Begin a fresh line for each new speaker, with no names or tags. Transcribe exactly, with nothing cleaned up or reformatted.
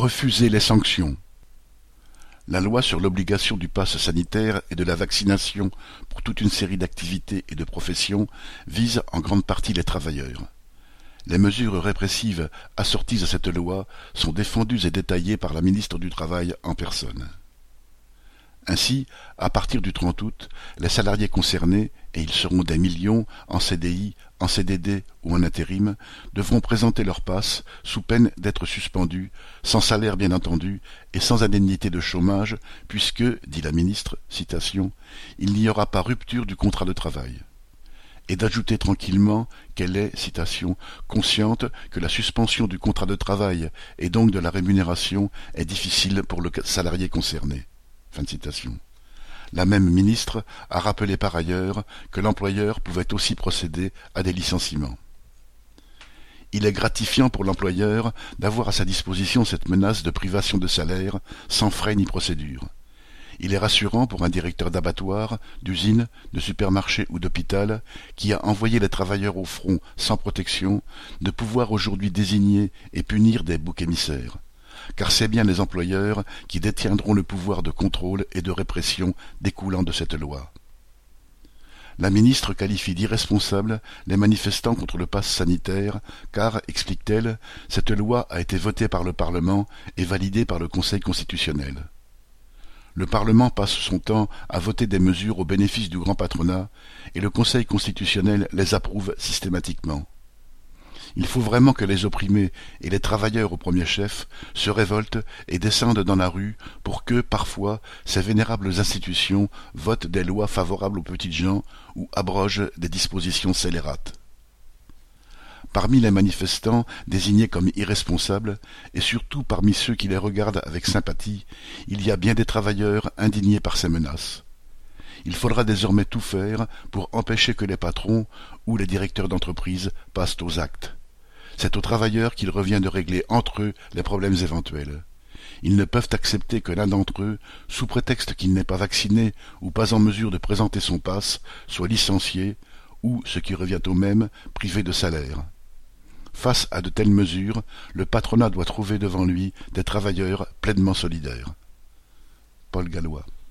Refuser les sanctions. La loi sur l'obligation du pass sanitaire et de la vaccination pour toute une série d'activités et de professions vise en grande partie les travailleurs. Les mesures répressives assorties à cette loi sont défendues et détaillées par la ministre du Travail en personne. Ainsi, à partir du trente août, les salariés concernés, et ils seront des millions, en C D I, en C D D ou en intérim, devront présenter leur passe sous peine d'être suspendus, sans salaire bien entendu, et sans indemnité de chômage, puisque, dit la ministre, citation, « il n'y aura pas rupture du contrat de travail ». Et d'ajouter tranquillement qu'elle est, citation, « consciente que la suspension du contrat de travail et donc de la rémunération est difficile pour le salarié concerné ». Fin de citation. La même ministre a rappelé par ailleurs que l'employeur pouvait aussi procéder à des licenciements. Il est gratifiant pour l'employeur d'avoir à sa disposition cette menace de privation de salaire sans frais ni procédure. Il est rassurant pour un directeur d'abattoir, d'usine, de supermarché ou d'hôpital qui a envoyé les travailleurs au front sans protection de pouvoir aujourd'hui désigner et punir des boucs émissaires. Car c'est bien les employeurs qui détiendront le pouvoir de contrôle et de répression découlant de cette loi. La ministre qualifie d'irresponsables les manifestants contre le pass sanitaire, car, explique-t-elle, cette loi a été votée par le Parlement et validée par le Conseil constitutionnel. Le Parlement passe son temps à voter des mesures au bénéfice du grand patronat, et le Conseil constitutionnel les approuve systématiquement. Il faut vraiment que les opprimés, et les travailleurs au premier chef, se révoltent et descendent dans la rue pour que, parfois, ces vénérables institutions votent des lois favorables aux petites gens ou abrogent des dispositions scélérates. Parmi les manifestants désignés comme irresponsables, et surtout parmi ceux qui les regardent avec sympathie, il y a bien des travailleurs indignés par ces menaces. Il faudra désormais tout faire pour empêcher que les patrons ou les directeurs d'entreprise passent aux actes. C'est aux travailleurs qu'il revient de régler entre eux les problèmes éventuels. Ils ne peuvent accepter que l'un d'entre eux, sous prétexte qu'il n'est pas vacciné ou pas en mesure de présenter son passe, soit licencié ou, ce qui revient au même, privé de salaire. Face à de telles mesures, le patronat doit trouver devant lui des travailleurs pleinement solidaires. Paul Gallois.